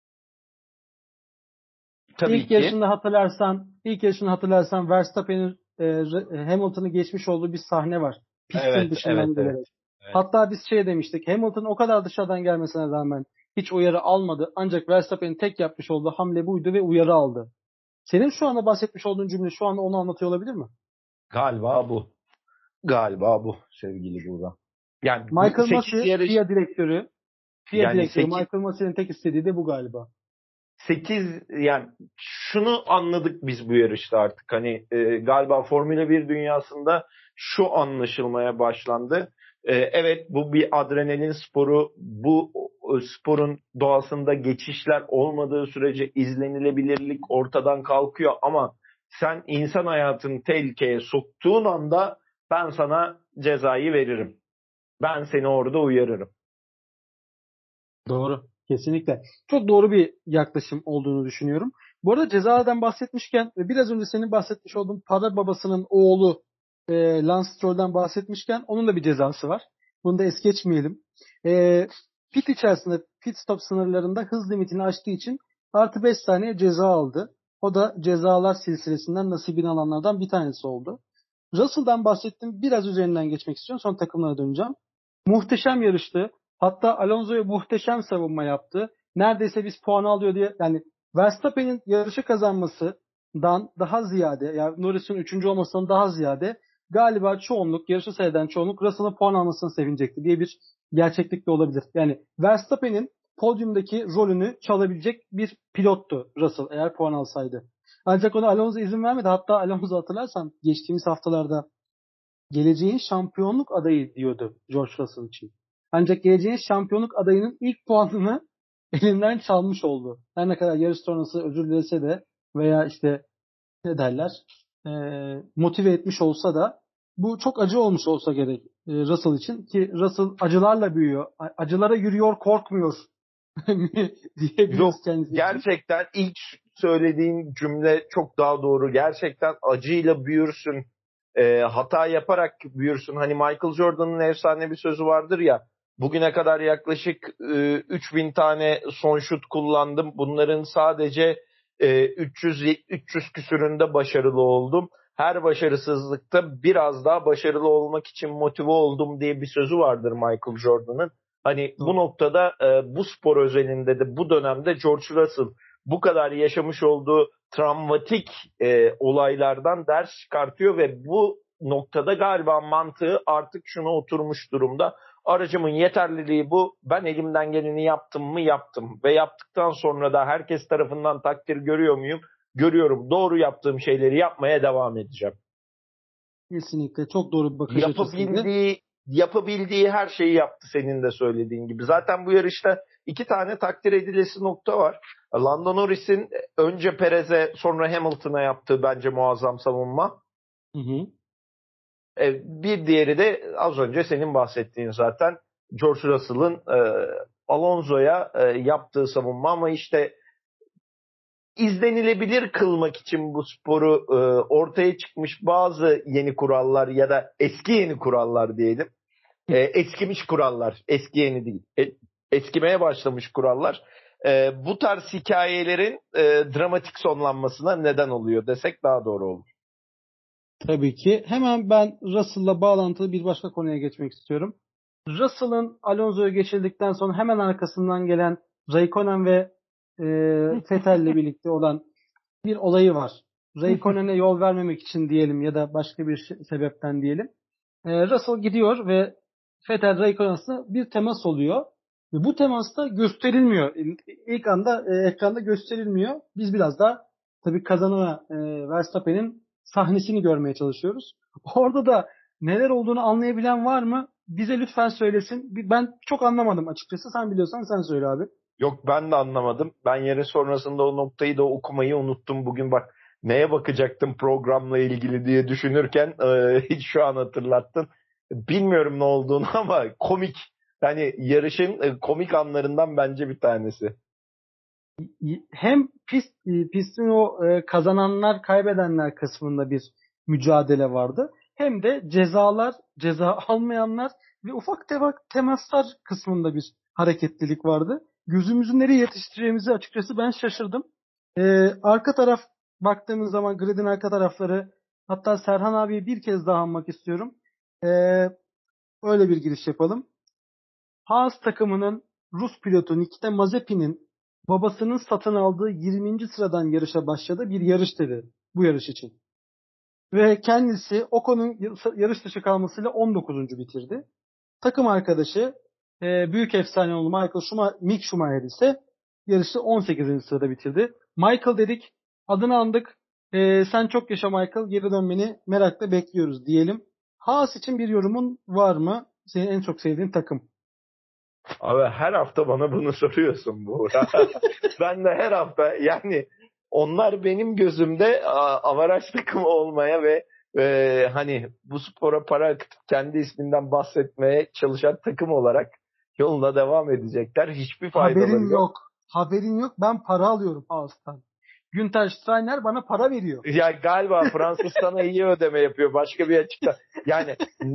Speaker 2: Tabii
Speaker 1: ilk
Speaker 2: ki.
Speaker 1: yarışında hatırlarsan, ilk yarışını hatırlarsan Verstappen'in e, Hamilton'ı geçmiş olduğu bir sahne var. Pistin
Speaker 2: Evet,
Speaker 1: dışından
Speaker 2: evet, evet.
Speaker 1: gelerek.
Speaker 2: Evet.
Speaker 1: Hatta biz şey demiştik. Hamilton o kadar dışarıdan gelmesine rağmen hiç uyarı almadı. Ancak Verstappen'in tek yapmış olduğu hamle buydu ve uyarı aldı. Senin şu anda bahsetmiş olduğun cümle şu anda onu anlatıyor olabilir mi?
Speaker 2: Galiba bu. Galiba bu sevgili Buğra. Yani
Speaker 1: Michael
Speaker 2: sekiz
Speaker 1: Masi,
Speaker 2: yarış,
Speaker 1: F I A direktörü, F I A
Speaker 2: yani
Speaker 1: direktörü
Speaker 2: sekiz
Speaker 1: Michael Masi'nin tek istediği de bu galiba.
Speaker 2: sekiz yani şunu anladık biz bu yarışta artık. Hani e, galiba Formula bir dünyasında şu anlaşılmaya başlandı. E, evet, bu bir adrenalin sporu. Bu o, sporun doğasında geçişler olmadığı sürece izlenilebilirlik ortadan kalkıyor ama sen insan hayatını tehlikeye soktuğun anda ben sana cezayı veririm. Ben seni orada uyarırım.
Speaker 1: Doğru. Kesinlikle. Çok doğru bir yaklaşım olduğunu düşünüyorum. Bu arada cezalardan bahsetmişken ve biraz önce senin bahsetmiş olduğun para babasının oğlu e, Lance Stroll'den bahsetmişken onun da bir cezası var. Bunu da es geçmeyelim. E, pit içerisinde pit stop sınırlarında hız limitini aştığı için artı beş saniye ceza aldı. O da cezalar silsilesinden nasibini alanlardan bir tanesi oldu. Russell'dan bahsettim. Biraz üzerinden geçmek istiyorum. Sonra takımlara döneceğim. Muhteşem yarıştı. Hatta Alonso'ya muhteşem savunma yaptı. Neredeyse biz puan alıyor diye, yani Verstappen'in yarışı kazanmasından daha ziyade, yani Norris'in üçüncü olmasından daha ziyade galiba çoğunluk, yarışı seyreden çoğunluk Russell'ın puan almasını sevinecekti diye bir gerçeklik de olabilir. Yani Verstappen'in podyumdaki rolünü çalabilecek bir pilottu Russell eğer puan alsaydı. Ancak ona Alonso izin vermedi. Hatta Alonso, hatırlarsan geçtiğimiz haftalarda geleceğin şampiyonluk adayı diyordu George Russell için. Ancak geleceğin şampiyonluk adayının ilk puanını elinden çalmış oldu. Her ne kadar yarış sonrası özür dilese de veya işte ne derler e, motive etmiş olsa da bu çok acı olmuş olsa gerek e, Russell için, ki Russell acılarla büyüyor. Acılara yürüyor, korkmuyor
Speaker 2: Yok,
Speaker 1: diyebiliriz kendisi için.
Speaker 2: gerçekten ilk söylediğin cümle çok daha doğru. Gerçekten acıyla büyürsün. E, hata yaparak büyürsün. Hani Michael Jordan'ın efsane bir sözü vardır ya. Bugüne kadar yaklaşık e, üç bin tane son şut kullandım. Bunların sadece e, üç yüz üç yüz küsüründe başarılı oldum. Her başarısızlıkta biraz daha başarılı olmak için motive oldum diye bir sözü vardır Michael Jordan'ın. Hani bu noktada e, bu spor özelinde de bu dönemde George Russell bu kadar yaşamış olduğu travmatik e, olaylardan ders çıkartıyor ve bu noktada galiba mantığı artık şuna oturmuş durumda. Aracımın yeterliliği bu. Ben elimden geleni yaptım mı yaptım. Ve yaptıktan sonra da herkes tarafından takdir görüyor muyum? Görüyorum. Doğru yaptığım şeyleri yapmaya devam edeceğim.
Speaker 1: Kesinlikle çok doğru bir bakış açısıydı.
Speaker 2: Yapabildiği, yapabildiği her şeyi yaptı senin de söylediğin gibi. Zaten bu yarışta iki tane takdir edilesi nokta var. Lando Norris'in önce Perez'e sonra Hamilton'a yaptığı bence muazzam savunma.
Speaker 1: Hı hı.
Speaker 2: Bir diğeri de az önce senin bahsettiğin zaten George Russell'ın e, Alonso'ya e, yaptığı savunma, ama işte izlenilebilir kılmak için bu sporu e, ortaya çıkmış bazı yeni kurallar ya da eski yeni kurallar diyelim. E, eskimiş kurallar, eski yeni değil. E, eskimeye başlamış kurallar. E, bu tarz hikayelerin e, dramatik sonlanmasına neden oluyor desek daha doğru olur.
Speaker 1: Tabii ki. Hemen ben Russell'la bağlantılı bir başka konuya geçmek istiyorum. Russell'ın Alonso'yu geçirdikten sonra hemen arkasından gelen Raikkonen ve e, Vettel'le birlikte olan bir olayı var. Raikkonen'e yol vermemek için diyelim ya da başka bir şey- sebepten diyelim. E, Russell gidiyor ve Vettel Raikkonen arasında bir temas oluyor. Ve bu temasta gösterilmiyor. İlk anda e, ekranda gösterilmiyor. Biz biraz daha tabii kazanana e, Verstappen'in sahnesini görmeye çalışıyoruz. Orada da neler olduğunu anlayabilen var mı? Bize lütfen söylesin. Ben çok anlamadım açıkçası. Sen biliyorsan sen söyle abi.
Speaker 2: Yok, ben de anlamadım. Ben yarın sonrasında o noktayı da okumayı unuttum. Bugün bak neye bakacaktım programla ilgili diye düşünürken e, hiç şu an hatırlattın. Bilmiyorum ne olduğunu ama komik. Yani yarışın e, komik anlarından bence bir tanesi.
Speaker 1: Hem pist, pistin o e, kazananlar kaybedenler kısmında bir mücadele vardı. hem de cezalar, ceza almayanlar ve ufak tefak temaslar kısmında bir hareketlilik vardı. Gözümüzü nereye yetiştireceğimizi açıkçası ben şaşırdım. Ee, arka taraf baktığımız zaman gridin arka tarafları, hatta Serhan abiye bir kez daha anmak istiyorum. Ee, öyle bir giriş yapalım. Haas takımının Rus pilotu Nikita Mazepin'in babasının satın aldığı yirminci sıradan yarışa başladı. Bir yarış dedi bu yarış için. Ve kendisi Ocon'un yarış dışı kalmasıyla on dokuzuncu bitirdi. Takım arkadaşı e, büyük efsane oldu Michael Schumacher, Mick Schumacher ise yarışı on sekizinci sırada bitirdi. Michael dedik, adını andık. E, sen çok yaşa Michael, geri dönmeni merakla bekliyoruz diyelim. Haas için bir yorumun var mı? Senin en çok sevdiğin takım.
Speaker 2: Abi her hafta bana bunu soruyorsun Buğra. Ben de her hafta yani onlar benim gözümde avaraj takımı olmaya ve, ve hani bu spora para akıtıp kendi isminden bahsetmeye çalışan takım olarak yoluna devam edecekler. Hiçbir faydaları
Speaker 1: Haberin
Speaker 2: yok.
Speaker 1: yok. Haberin yok. Ben para alıyorum Haas'tan. Günter Steiner bana para veriyor.
Speaker 2: Ya galiba Fransız sana iyi ödeme yapıyor. Başka bir açıkta. Yani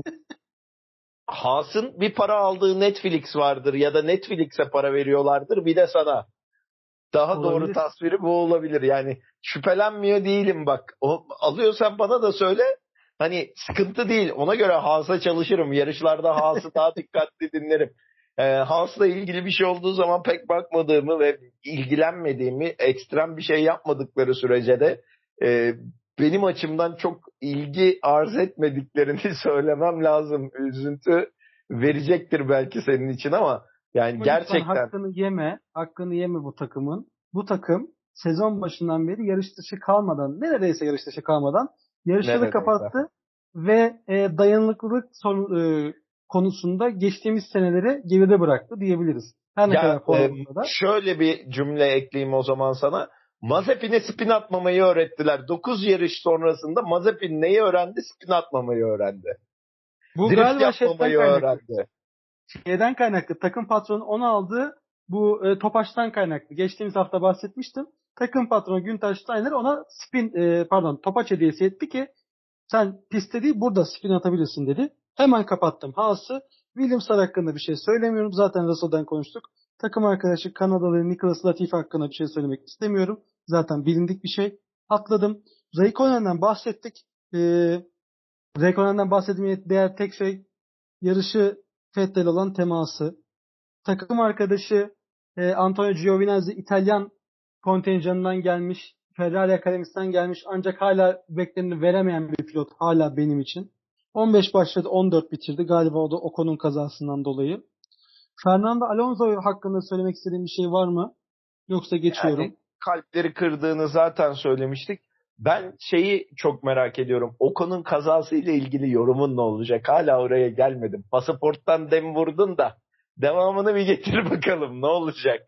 Speaker 2: Haas'ın bir para aldığı Netflix vardır ya da Netflix'e para veriyorlardır. Bir de sana. Daha olabilir. Doğru tasviri bu olabilir. Yani şüphelenmiyor değilim bak. O, alıyorsan bana da söyle. Hani sıkıntı değil. Ona göre Haas'a çalışırım. Yarışlarda Haas'ı daha dikkatli dinlerim. Ee, Haas'la ilgili bir şey olduğu zaman pek bakmadığımı ve ilgilenmediğimi, ekstrem bir şey yapmadıkları sürece de e, benim açımdan çok ilgi arz etmediklerini söylemem lazım. Üzüntü verecektir belki senin için ama yani ama gerçekten
Speaker 1: hakkını yeme, hakkını yeme bu takımın. Bu takım sezon başından beri yarış dışı kalmadan, neredeyse yarış dışı kalmadan yarışları kapattı ve e, dayanıklılık son, e, konusunda geçtiğimiz seneleri geride bıraktı diyebiliriz. Her ne
Speaker 2: ya,
Speaker 1: kadar formunda
Speaker 2: e,
Speaker 1: da.
Speaker 2: Şöyle bir cümle ekleyeyim o zaman sana. Mazepin'e spin atmamayı öğrettiler. dokuz yarış sonrasında Mazepin neyi öğrendi? Spin atmamayı öğrendi.
Speaker 1: Bu
Speaker 2: Drift
Speaker 1: galiba
Speaker 2: yapmamayı öğrendi.
Speaker 1: Şeyden kaynaklı. Takım patronu onu aldı. Bu e, Topaç'tan kaynaklı. Geçtiğimiz hafta bahsetmiştim. Takım patronu Günther Steiner ona spin e, pardon Topaç hediyesi etti ki sen pistte değil burada spin atabilirsin dedi. Hemen kapattım Haas'ı. Williams'lar hakkında bir şey söylemiyorum. Zaten Russell'dan konuştuk. Takım arkadaşı Kanadalı Nicholas Latifi hakkında bir şey söylemek istemiyorum. Zaten bilindik bir şey. Atladım. Raikkonen'den bahsettik. Ee, Raikkonen'den bahsetmeye değer tek şey yarışı Vettel olan teması. Takım arkadaşı e, Antonio Giovinazzi İtalyan kontenjanından gelmiş. Ferrari Akademisi'nden gelmiş. Ancak hala bekleneni veremeyen bir pilot. Hala benim için. on beş başladı, on dört bitirdi. Galiba o da Ocon'un kazasından dolayı. Fernando Alonso hakkında söylemek istediğim bir şey var mı? Yoksa geçiyorum.
Speaker 2: Yani kalpleri kırdığını zaten söylemiştik. Ben şeyi çok merak ediyorum. Ocon'un kazasıyla ilgili yorumun ne olacak? Hala oraya gelmedim. Pasaporttan dem vurdun da devamını bir getir bakalım. Ne olacak?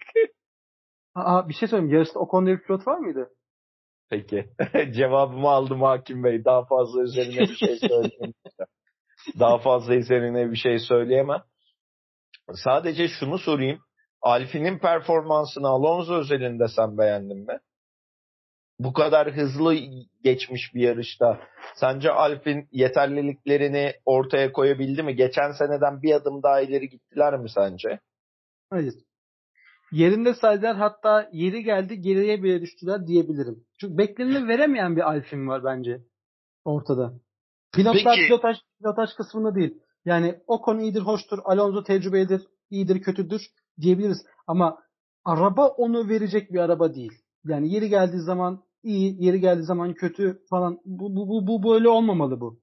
Speaker 1: Aa, bir şey söyleyeyim. Yarışta Ocon'da bir pilot var mıydı?
Speaker 2: Peki. Cevabımı aldım Hakim Bey. Daha fazla üzerine bir şey söyleyeyim. Daha fazla üzerine bir şey söyleyemem. Sadece şunu sorayım. Alfine'in performansını Alonso özelinde sen beğendin mi? Bu kadar hızlı geçmiş bir yarışta sence Alpine yeterliliklerini ortaya koyabildi mi? Geçen seneden bir adım daha ileri gittiler mi sence?
Speaker 1: Hayır. Yerinde saydılar, hatta yeri geldi geriye bile düştüler diyebilirim. Çünkü bekleneni veremeyen bir Alpine var bence ortada. Pilotlar
Speaker 2: Peki.
Speaker 1: pilotaj, pilotaj kısmında değil. Yani Ocon iyidir, hoştur. Alonso tecrübelidir, iyidir, kötüdür diyebiliriz. Ama araba onu verecek bir araba değil. Yani yeri geldiği zaman iyi, yeri geldiği zaman kötü falan. Bu, bu, bu, bu böyle olmamalı bu.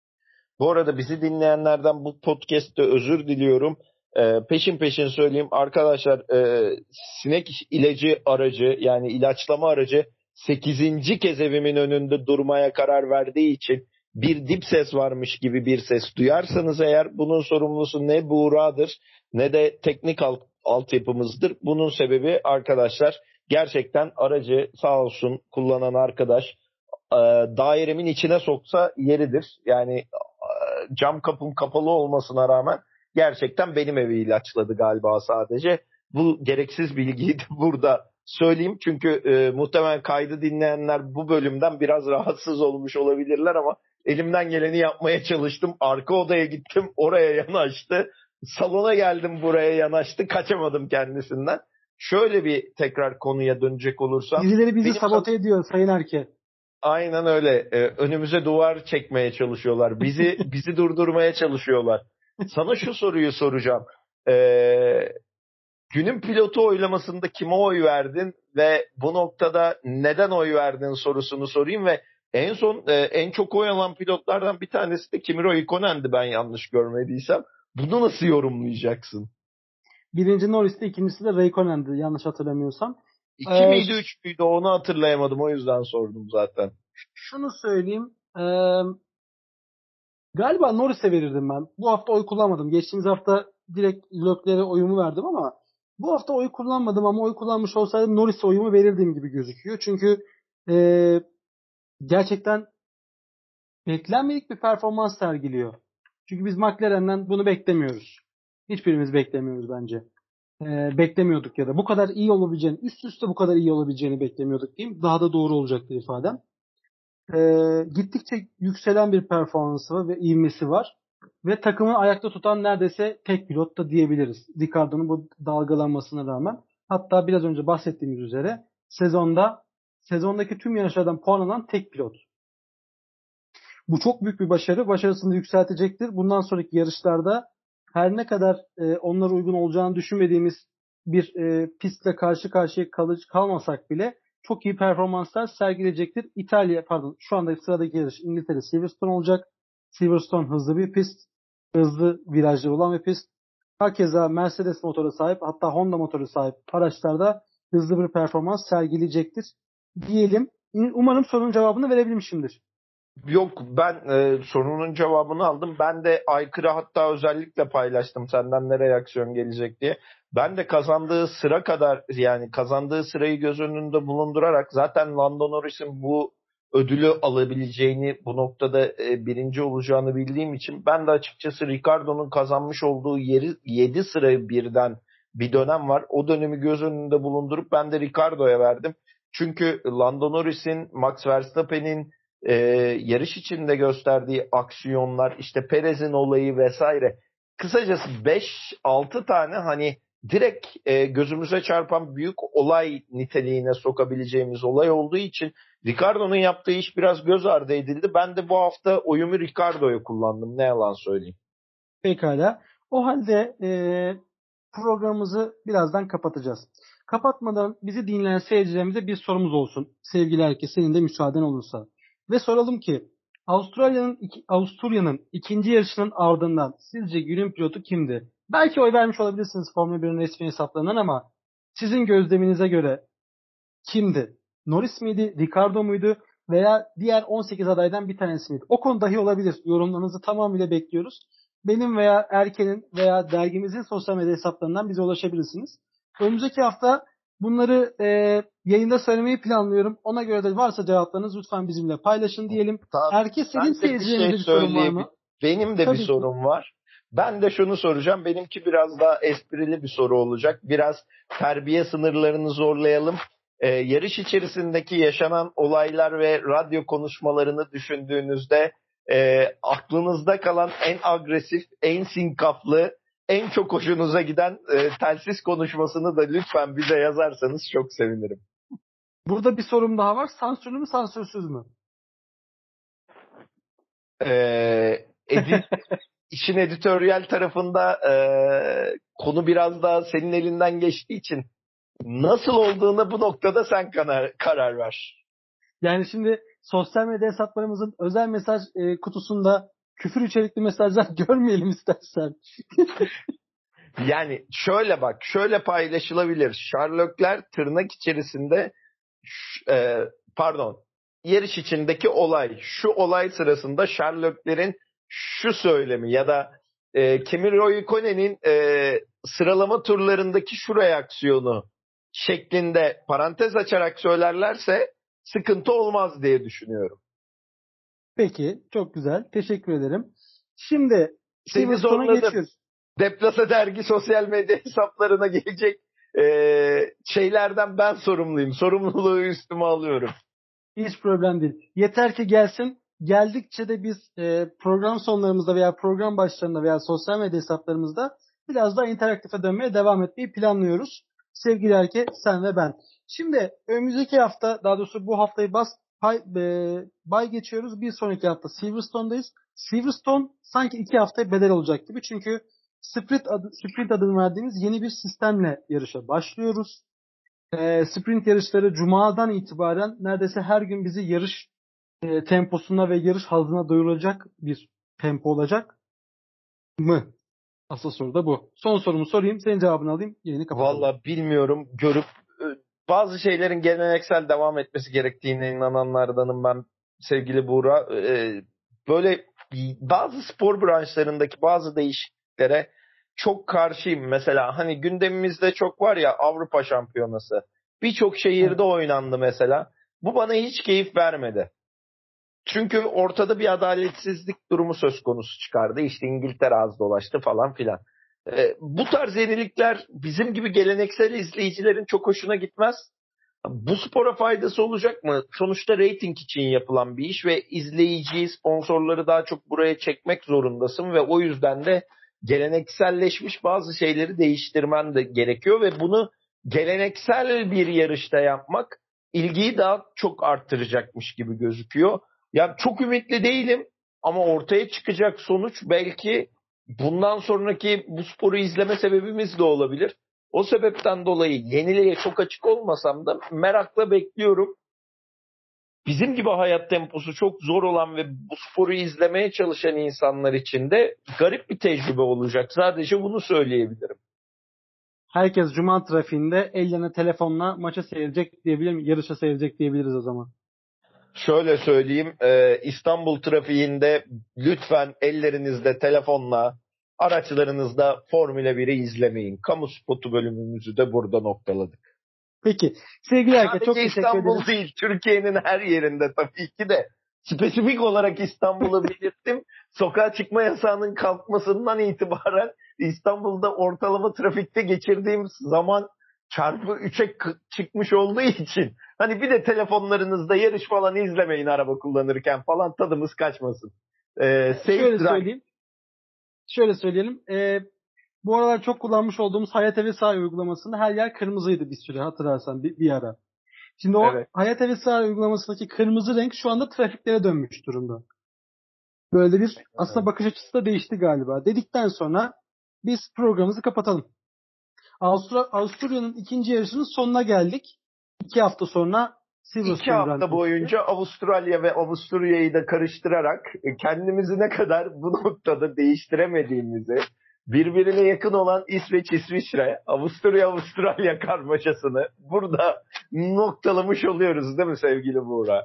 Speaker 2: Bu arada bizi dinleyenlerden bu podcast'te özür diliyorum. Ee, peşin peşin söyleyeyim. Arkadaşlar e, sinek ilacı aracı yani ilaçlama aracı sekizinci kez evimin önünde durmaya karar verdiği için bir dip ses varmış gibi bir ses duyarsanız eğer bunun sorumlusu ne Buğra'dır ne de teknik alt, altyapımızdır. Bunun sebebi arkadaşlar gerçekten aracı sağ olsun kullanan arkadaş e, dairemin içine soksa yeridir. Yani cam kapım kapalı olmasına rağmen gerçekten benim evi ilaçladı galiba sadece. Bu gereksiz bilgiyi de burada söyleyeyim. Çünkü e, muhtemelen kaydı dinleyenler bu bölümden biraz rahatsız olmuş olabilirler ama elimden geleni yapmaya çalıştım. Arka odaya gittim, oraya yanaştı. Salona geldim, buraya yanaştı. Kaçamadım kendisinden. Şöyle bir tekrar konuya dönecek olursam.
Speaker 1: Birileri bizi sabote san- ediyor Sayın Erke.
Speaker 2: Aynen öyle. Ee, önümüze duvar çekmeye çalışıyorlar. Bizi bizi durdurmaya çalışıyorlar. Sana şu soruyu soracağım. Ee, günün pilotu oylamasında kime oy verdin ve bu noktada neden oy verdin sorusunu sorayım ve en son e, en çok oy alan pilotlardan bir tanesi de Kimi Räikkönen'di ben yanlış görmediysem. Bunu nasıl yorumlayacaksın?
Speaker 1: Birinci Norris'ti, ikincisi de Räikkönen'di yanlış hatırlamıyorsam.
Speaker 2: İki ee, miydi, üç müydü onu hatırlayamadım. O yüzden sordum zaten.
Speaker 1: Şunu söyleyeyim. E, galiba Norris'e verirdim ben. Bu hafta oy kullanmadım. Geçtiğimiz hafta direkt Leclerc'e oyumu verdim ama bu hafta oy kullanmadım ama oy kullanmış olsaydım Norris'e oyumu verirdim gibi gözüküyor. Çünkü e, gerçekten beklenmedik bir performans sergiliyor. Çünkü biz McLaren'den bunu beklemiyoruz. Hiçbirimiz beklemiyoruz bence. Ee, beklemiyorduk ya da bu kadar iyi olabileceğini, üst üste bu kadar iyi olabileceğini beklemiyorduk diyeyim. Daha da doğru olacaktır ifadem. Ee, gittikçe yükselen bir performansı var ve ivmesi var. Ve takımı ayakta tutan neredeyse tek pilot da diyebiliriz. Ricardo'nun bu dalgalanmasına rağmen. Hatta biraz önce bahsettiğimiz üzere sezonda sezondaki tüm yarışlardan puan alan tek pilot. Bu çok büyük bir başarı. Başarısını yükseltecektir. Bundan sonraki yarışlarda her ne kadar e, onlara uygun olacağını düşünmediğimiz bir e, pistle karşı karşıya kalıcı kalmasak bile çok iyi performanslar sergileyecektir. İtalya, pardon şu anda sıradaki yarış İngiltere Silverstone olacak. Silverstone hızlı bir pist. Hızlı virajları olan bir pist. Hakeza Mercedes motoru sahip, hatta Honda motoru sahip araçlarda hızlı bir performans sergileyecektir diyelim. Umarım sorunun cevabını verebilmişimdir.
Speaker 2: Yok ben e, sorunun cevabını aldım. Ben de aykırı hatta özellikle paylaştım senden ne reaksiyon gelecek diye. Ben de kazandığı sıra kadar yani kazandığı sırayı göz önünde bulundurarak zaten Lando Norris'in bu ödülü alabileceğini bu noktada e, birinci olacağını bildiğim için ben de açıkçası Ricardo'nun kazanmış olduğu yeri yedi sırayı birden bir dönem var. O dönemi göz önünde bulundurup ben de Ricardo'ya verdim. Çünkü Lando Norris'in, Max Verstappen'in Ee, yarış içinde gösterdiği aksiyonlar, işte Perez'in olayı vesaire. Kısacası beş altı tane hani direkt e, gözümüze çarpan büyük olay niteliğine sokabileceğimiz olay olduğu için Ricardo'nun yaptığı iş biraz göz ardı edildi. Ben de bu hafta oyumu Ricardo'ya kullandım. Ne yalan söyleyeyim.
Speaker 1: Pekala. O halde e, programımızı birazdan kapatacağız. Kapatmadan bizi dinleyen seyircilerimize bir sorumuz olsun. Sevgili herkes, senin de müsaaden olursa. Ve soralım ki Avustralya'nın Avusturya'nın ikinci yarışının ardından sizce günün pilotu kimdi? Belki oy vermiş olabilirsiniz Formula birin resmi hesaplarından ama sizin gözleminize göre kimdi? Norris miydi? Ricardo muydu? Veya diğer on sekiz adaydan bir tanesi miydi? O konu dahi olabilir. Yorumlarınızı tamamıyla bekliyoruz. Benim veya Erken'in veya dergimizin sosyal medya hesaplarından bize ulaşabilirsiniz. Önümüzdeki hafta bunları e, yayında söylemeyi planlıyorum. Ona göre de varsa cevaplarınız lütfen bizimle paylaşın diyelim. Erken, senin seyircilerinde bir, şey bir sorun var mı?
Speaker 2: Benim de Tabii bir ki. sorum var. Ben de şunu soracağım. Benimki biraz daha esprili bir soru olacak. Biraz terbiye sınırlarını zorlayalım. Ee, yarış içerisindeki yaşanan olaylar ve radyo konuşmalarını düşündüğünüzde e, aklınızda kalan en agresif, en sinkaflı, en çok hoşunuza giden e, telsiz konuşmasını da lütfen bize yazarsanız çok sevinirim.
Speaker 1: Burada bir sorum daha var. Sansürlü mü, sansürsüz mü?
Speaker 2: Ee, edit, işin editoryal tarafında e, konu biraz daha senin elinden geçtiği için nasıl olduğunu bu noktada sen karar, karar ver.
Speaker 1: Yani şimdi sosyal medya hesaplarımızın özel mesaj e, kutusunda küfür içerikli mesajlar görmeyelim istersen.
Speaker 2: Yani şöyle bak, şöyle paylaşılabilir. Sherlockler tırnak içerisinde e, pardon, yarış içindeki olay. Şu olay sırasında Sherlocklerin şu söylemi ya da e, Kimi Räikkönen'in e, sıralama turlarındaki şu reaksiyonu şeklinde parantez açarak söylerlerse sıkıntı olmaz diye düşünüyorum.
Speaker 1: Peki, çok güzel. Teşekkür ederim. Şimdi
Speaker 2: Silverstone'a geçiyoruz. Deplase dergi sosyal medya hesaplarına gelecek Ee, şeylerden ben sorumluyum. Sorumluluğu üstüme alıyorum.
Speaker 1: Hiç problem değil. Yeter ki gelsin. Geldikçe de biz e, program sonlarımızda veya program başlarında veya sosyal medya hesaplarımızda biraz daha interaktife dönmeye devam etmeyi planlıyoruz. Sevgili Erke, sen ve ben. Şimdi önümüzdeki hafta, daha doğrusu bu haftayı bas, pay, e, bay geçiyoruz. Bir sonraki hafta Silverstone'dayız. Silverstone sanki iki haftaya bedel olacak gibi. Çünkü Sprint, adı, Sprint adını verdiğimiz yeni bir sistemle yarışa başlıyoruz. E, sprint yarışları Cuma'dan itibaren neredeyse her gün bizi yarış e, temposuna ve yarış hazına doyuracak bir tempo olacak mı? Asıl soru da bu. Son sorumu sorayım. Senin cevabını alayım. Yayını kapatalım.
Speaker 2: Valla bilmiyorum. Görüp bazı şeylerin geleneksel devam etmesi gerektiğine inananlardanım ben sevgili Buğra. Ee, böyle bazı spor branşlarındaki bazı değişikliklere çok karşıyım. Mesela hani gündemimizde çok var ya Avrupa Şampiyonası. Birçok şehirde evet. oynandı mesela. Bu bana hiç keyif vermedi. Çünkü ortada bir adaletsizlik durumu söz konusu çıkardı. İşte İngiltere az dolaştı falan filan. Ee, bu tarz yenilikler bizim gibi geleneksel izleyicilerin çok hoşuna gitmez. Bu spora faydası olacak mı? Sonuçta reyting için yapılan bir iş ve izleyiciyi, sponsorları daha çok buraya çekmek zorundasın ve o yüzden de gelenekselleşmiş bazı şeyleri değiştirmen de gerekiyor ve bunu geleneksel bir yarışta yapmak ilgiyi daha çok arttıracakmış gibi gözüküyor. Ya çok ümitli değilim ama ortaya çıkacak sonuç belki bundan sonraki bu sporu izleme sebebimiz de olabilir. O sebepten dolayı yeniliğe çok açık olmasam da merakla bekliyorum. Bizim gibi hayat temposu çok zor olan ve bu sporu izlemeye çalışan insanlar için de garip bir tecrübe olacak. Sadece bunu söyleyebilirim.
Speaker 1: Herkes Cuma trafiğinde eline telefonla maça seyredecek diyebilir mi? Yarışa seyredecek diyebiliriz o zaman.
Speaker 2: Şöyle söyleyeyim, İstanbul trafiğinde lütfen ellerinizde telefonla, araçlarınızda Formula biri izlemeyin. Kamu spotu bölümümüzü de burada noktaladık.
Speaker 1: Peki. Sevgili Erke çok teşekkür ederim.
Speaker 2: İstanbul değil, Türkiye'nin her yerinde tabii ki de. Spesifik olarak İstanbul'u belirttim. Sokağa çıkma yasağının kalkmasından itibaren İstanbul'da ortalama trafikte geçirdiğim zaman çarpı üçe çıkmış olduğu için hani bir de telefonlarınızda yarış falan izlemeyin araba kullanırken falan, tadımız kaçmasın. Ee,
Speaker 1: Şöyle söyleyeyim. Şöyle söyleyelim. Ee, bu aralar çok kullanmış olduğumuz Hayat Evi Sağ uygulamasında her yer kırmızıydı bir süre, hatırlarsan bir, bir ara. Şimdi o evet. Hayat Evi Sağ uygulamasındaki kırmızı renk şu anda trafiklere dönmüş durumda. Böyle bir aslında bakış açısı da değişti galiba. Dedikten sonra biz programımızı kapatalım. Avustra- Avusturya'nın ikinci yarışının sonuna geldik. İki hafta sonra Silverstone
Speaker 2: İki hafta boyunca Avustralya ve Avusturya'yı da karıştırarak kendimizi ne kadar bu noktada değiştiremediğimizi, birbirine yakın olan İsveç-İsviçre, Avusturya-Avustralya karmaşasını burada noktalamış oluyoruz değil mi sevgili Buğra?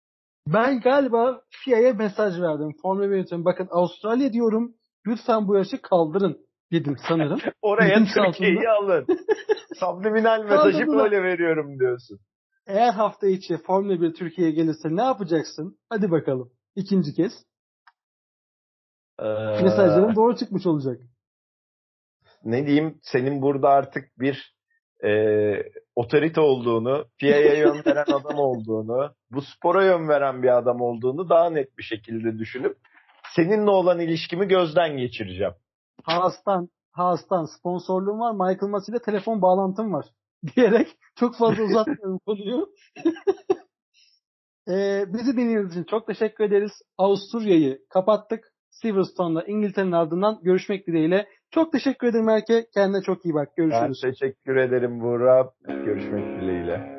Speaker 1: Ben galiba F I A'ya mesaj verdim. Formula bir yönetimi. Bakın Avustralya diyorum. Lütfen bu yarışı kaldırın dedim sanırım.
Speaker 2: Oraya Türkiye'yi alın. Subliminal mesajı böyle veriyorum diyorsun.
Speaker 1: Eğer hafta içi Formula bir Türkiye'ye gelirse ne yapacaksın? Hadi bakalım. İkinci kez. Ee... Mesajların doğru çıkmış olacak.
Speaker 2: Ne diyeyim? Senin burada artık bir e, otorite olduğunu, F I A'ya yön veren adam olduğunu, bu spora yön veren bir adam olduğunu daha net bir şekilde düşünüp seninle olan ilişkimi gözden geçireceğim.
Speaker 1: Haas'tan, Haas'tan sponsorluğum var. Michael Masi ile telefon bağlantım var. Diyerek çok fazla uzatmıyorum konuyu. ee, bizi dinlediğiniz için çok teşekkür ederiz. Avusturya'yı kapattık. Silverstone'da İngiltere'nin ardından görüşmek dileğiyle. Çok teşekkür ederim Erke. Kendine çok iyi bak. Görüşürüz.
Speaker 2: Ben teşekkür ederim Buğra. Görüşmek dileğiyle.